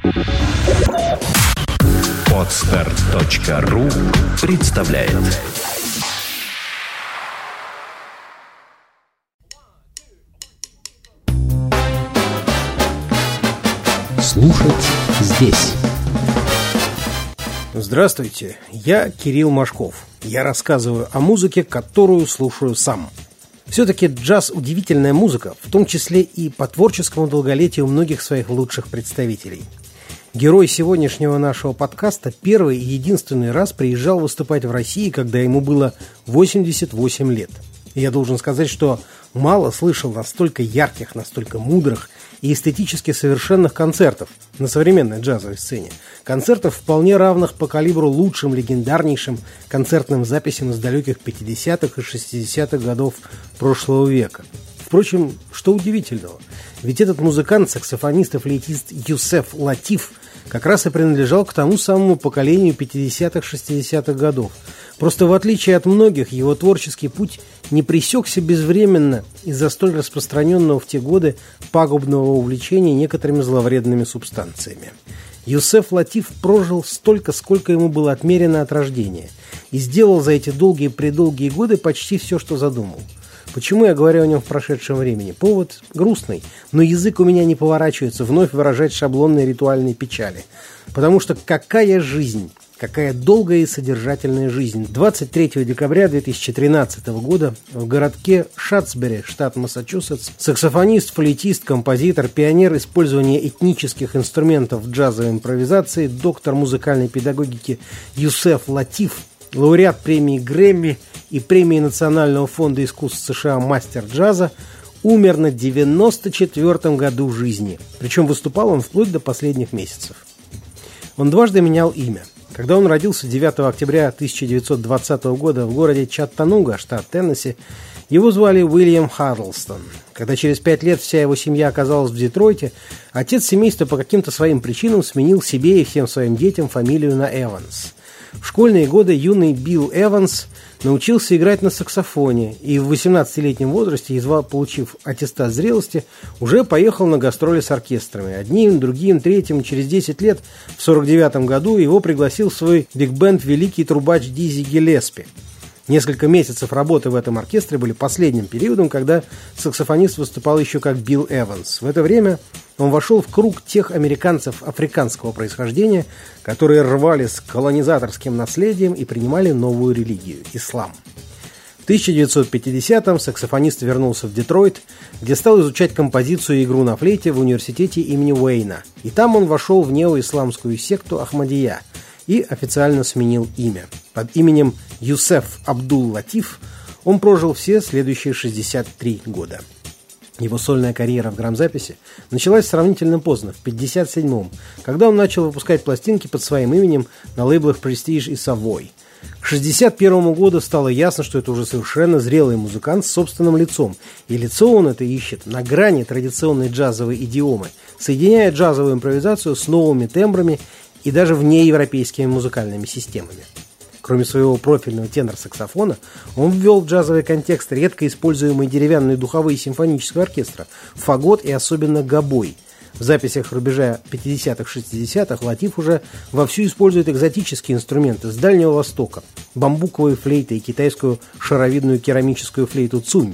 Podster.ru представляет. Слушать здесь. Здравствуйте, я Кирилл Машков. Я рассказываю о музыке, которую слушаю сам. Все-таки джаз – удивительная музыка, в том числе и по творческому долголетию многих своих лучших представителей. Герой сегодняшнего нашего подкаста первый и единственный раз приезжал выступать в России, когда ему было 88 лет. И я должен сказать, что мало слышал настолько ярких, настолько мудрых и эстетически совершенных концертов на современной джазовой сцене. Концертов, вполне равных по калибру лучшим, легендарнейшим концертным записям из далеких 50-х и 60-х годов прошлого века. Впрочем, что удивительного? Ведь этот музыкант, саксофонист и флейтист Юсеф Латиф как раз и принадлежал к тому самому поколению 50-х, 60-х годов. Просто в отличие от многих, его творческий путь не пресекся безвременно из-за столь распространенного в те годы пагубного увлечения некоторыми зловредными субстанциями. Юсеф Латиф прожил столько, сколько ему было отмерено от рождения, и сделал за эти долгие-предолгие годы почти все, что задумал. Почему я говорю о нем в прошедшем времени? Повод грустный, но язык у меня не поворачивается вновь выражать шаблонные ритуальные печали. Потому что какая жизнь, какая долгая и содержательная жизнь. 23 декабря 2013 года в городке Шатсбери, штат Массачусетс, саксофонист, флейтист, композитор, пионер использования этнических инструментов в джазовой импровизации, доктор музыкальной педагогики Юсеф Латиф, лауреат премии Грэмми и премии Национального фонда искусств США «Мастер джаза», умер на 94-м году жизни. Причем выступал он вплоть до последних месяцев. Он дважды менял имя. Когда он родился 9 октября 1920 года в городе Чаттануга, штат Теннесси, его звали Уильям Хаддлстон. Когда через 5 лет вся его семья оказалась в Детройте, отец семейства по каким-то своим причинам сменил себе и всем своим детям фамилию на Эванс. В школьные годы юный Билл Эванс научился играть на саксофоне и в 18-летнем возрасте, едва получив аттестат зрелости, уже поехал на гастроли с оркестрами. Одним, другим, третьим. Через 10 лет, в 1949 году, его пригласил в свой биг-бенд великий трубач Дизи Гиллеспи. Несколько месяцев работы в этом оркестре были последним периодом, когда саксофонист выступал еще как Билл Эванс. В это время он вошел в круг тех американцев африканского происхождения, которые рвали с колонизаторским наследием и принимали новую религию – ислам. В 1950-м саксофонист вернулся в Детройт, где стал изучать композицию и игру на флейте в университете имени Уэйна. И там он вошел в неоисламскую секту Ахмадия и официально сменил имя. Под именем Юсеф Абдул Латиф он прожил все следующие 63 года. Его сольная карьера в грамзаписи началась сравнительно поздно, в 1957-м, когда он начал выпускать пластинки под своим именем на лейблах Prestige и Savoy. К 1961 году стало ясно, что это уже совершенно зрелый музыкант с собственным лицом, и лицо он это ищет на грани традиционной джазовой идиомы, соединяя джазовую импровизацию с новыми тембрами и даже внеевропейскими музыкальными системами. Кроме своего профильного тенор-саксофона, он ввел в джазовый контекст редко используемые деревянные духовые симфонического оркестра, фагот и особенно гобой. В записях рубежа 50-х-60-х Латиф уже вовсю использует экзотические инструменты с Дальнего Востока, бамбуковые флейты и китайскую шаровидную керамическую флейту цунь,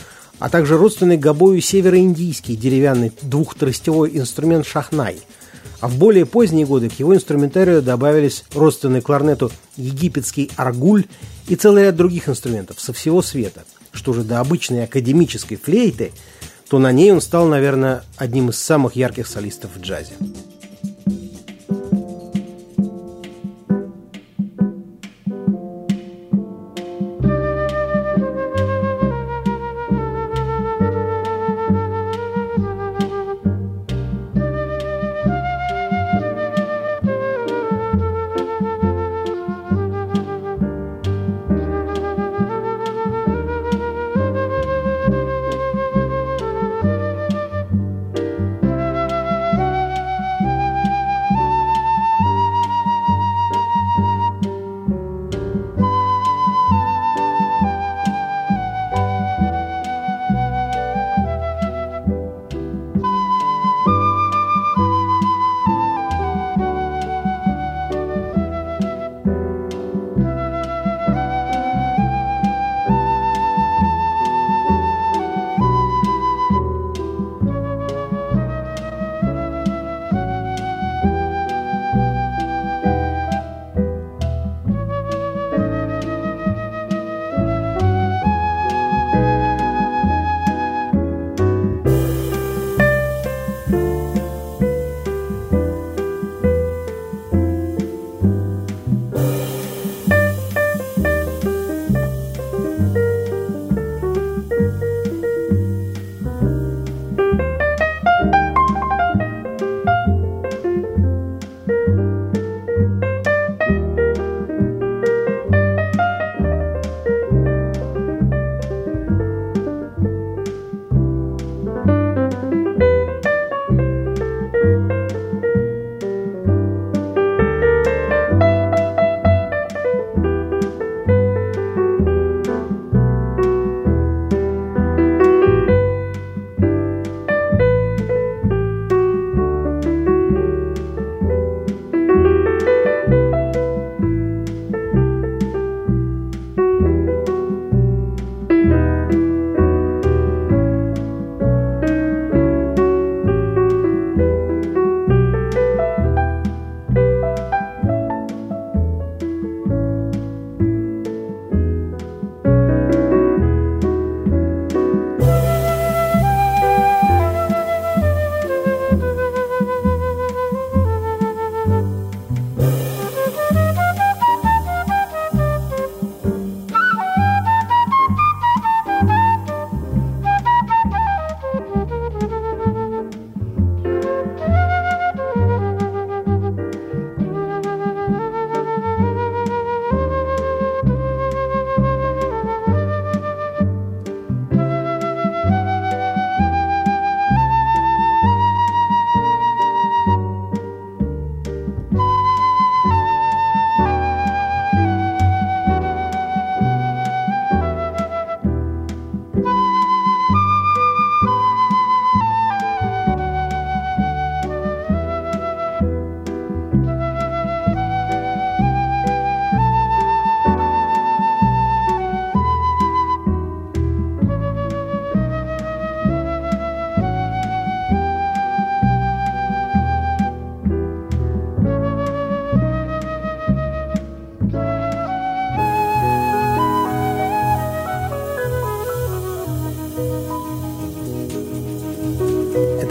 а также родственный гобою североиндийский деревянный двухтростевой инструмент шахнай. А в более поздние годы к его инструментарию добавились родственный кларнету египетский аргуль и целый ряд других инструментов со всего света. Что же до обычной академической флейты, то на ней он стал, наверное, одним из самых ярких солистов в джазе.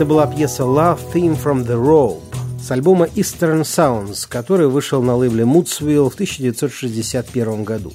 Это была пьеса «Love Theme from the Robe» с альбома Eastern Sounds, который вышел на лейбле Moodsville в 1961 году.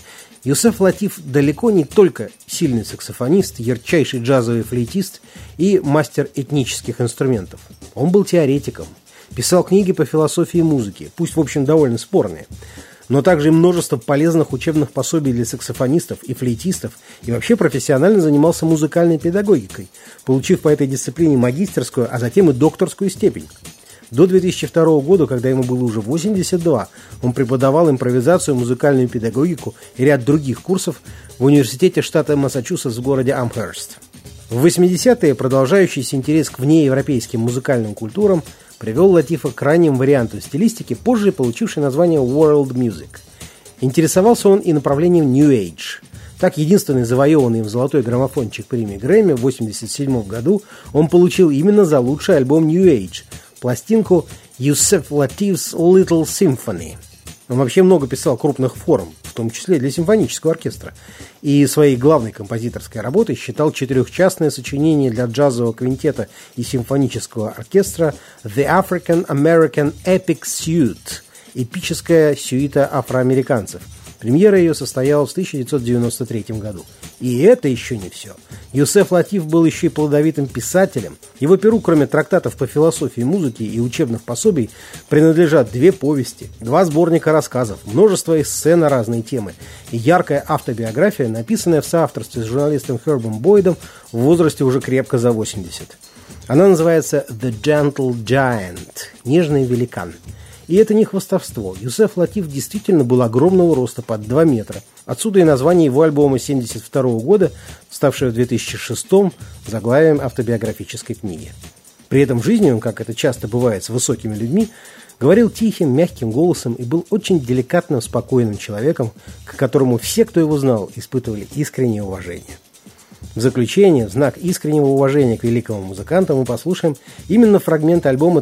Юсеф Латиф далеко не только сильный саксофонист, ярчайший джазовый флейтист и мастер этнических инструментов. Он был теоретиком, писал книги по философии музыки, пусть, в общем, довольно спорные, но также и множество полезных учебных пособий для саксофонистов и флейтистов, и вообще профессионально занимался музыкальной педагогикой, получив по этой дисциплине магистерскую, а затем и докторскую степень. До 2002 года, когда ему было уже 82, он преподавал импровизацию, музыкальную педагогику и ряд других курсов в университете штата Массачусетс в городе Амхерст. В 80-е продолжающийся интерес к внеевропейским музыкальным культурам привел Латифа к ранним вариантам стилистики, позже получившей название World Music. Интересовался он и направлением New Age. Так, единственный завоеванный им золотой граммофончик премии Грэмми в 1987 году он получил именно за лучший альбом New Age – пластинку Yusef Latif's Little Symphony. Он вообще много писал крупных форм, в том числе для симфонического оркестра, и своей главной композиторской работой считал четырехчастное сочинение для джазового квинтета и симфонического оркестра The African American Epic Suite, эпическая сюита афроамериканцев. Премьера ее состоялась в 1993 году. И это еще не все. Юсеф Латиф был еще и плодовитым писателем. Его перу, кроме трактатов по философии музыки и учебных пособий, принадлежат 2 повести, 2 сборника рассказов, множество эссе на разные темы и яркая автобиография, написанная в соавторстве с журналистом Хербом Бойдом в возрасте уже крепко за 80. Она называется «The Gentle Giant» – «Нежный великан». И это не хвастовство. Юсеф Латиф действительно был огромного роста, под 2 метра. Отсюда и название его альбома 1972 года, ставшее в 2006 заглавием автобиографической книги. При этом в жизни он, как это часто бывает с высокими людьми, говорил тихим, мягким голосом и был очень деликатным, спокойным человеком, к которому все, кто его знал, испытывали искреннее уважение. В заключение, в знак искреннего уважения к великому музыканту, мы послушаем именно фрагмент альбома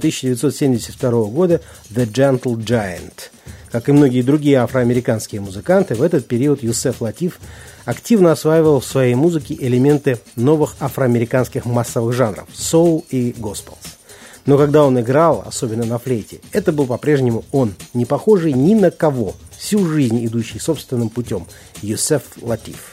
1972 года «The Gentle Giant». Как и многие другие афроамериканские музыканты, в этот период Юсеф Латиф активно осваивал в своей музыке элементы новых афроамериканских массовых жанров – соул и госпелс. Но когда он играл, особенно на флейте, это был по-прежнему он, не похожий ни на кого, всю жизнь идущий собственным путем – Юсеф Латиф.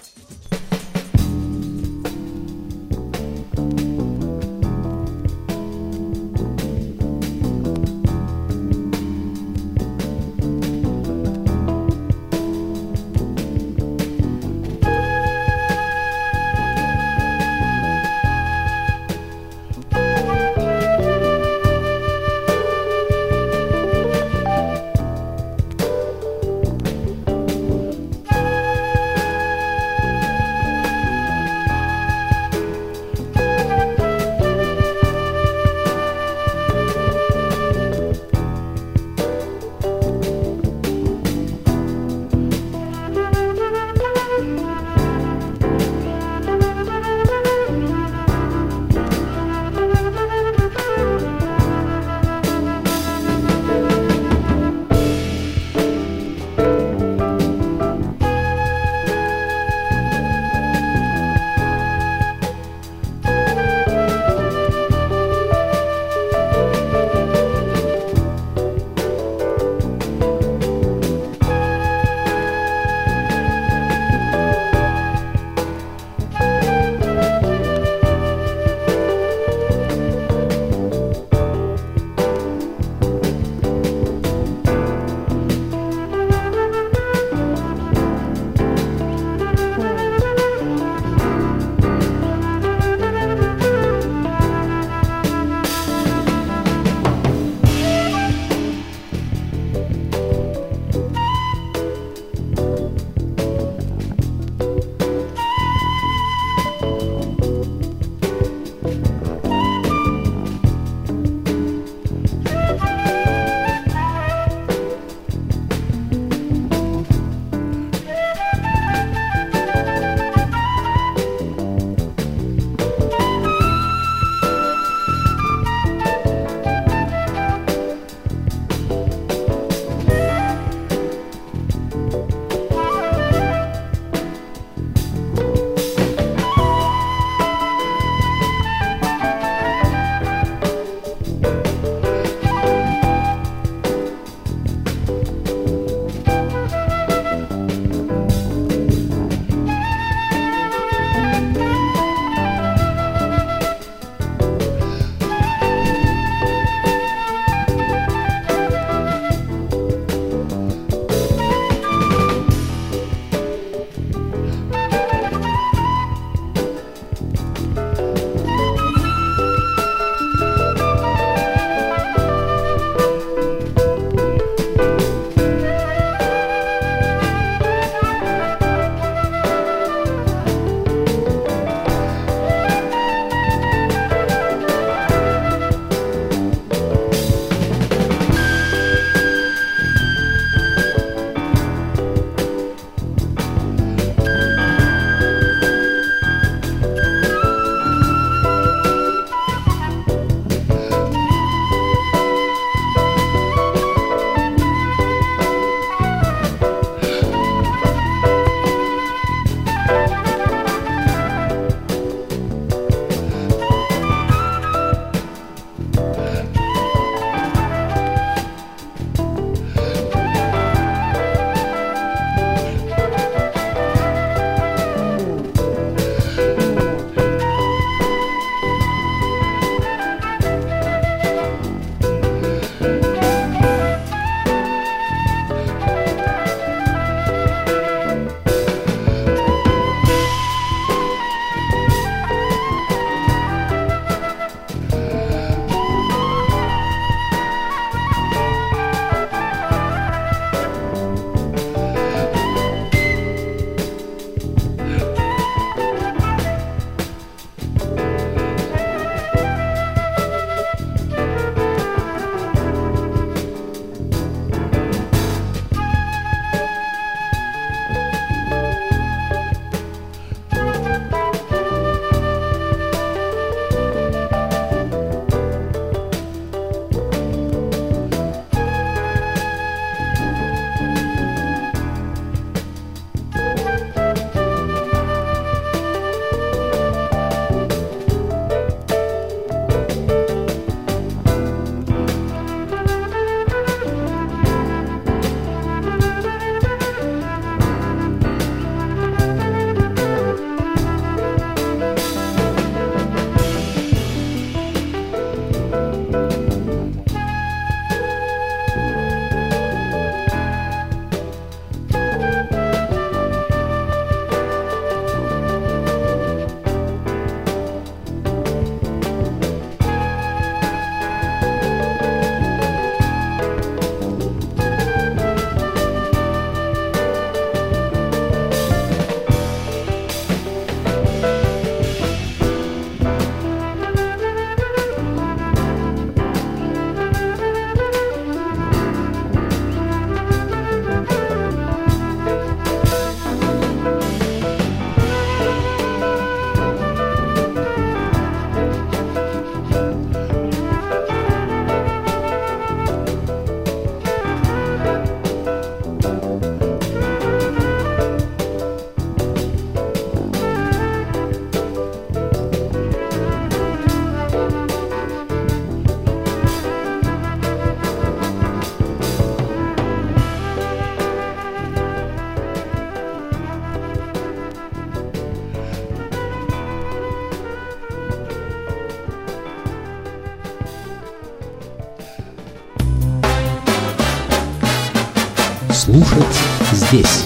Слушать здесь.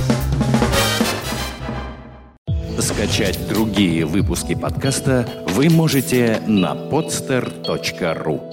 Скачать другие выпуски подкаста вы можете на podster.ru.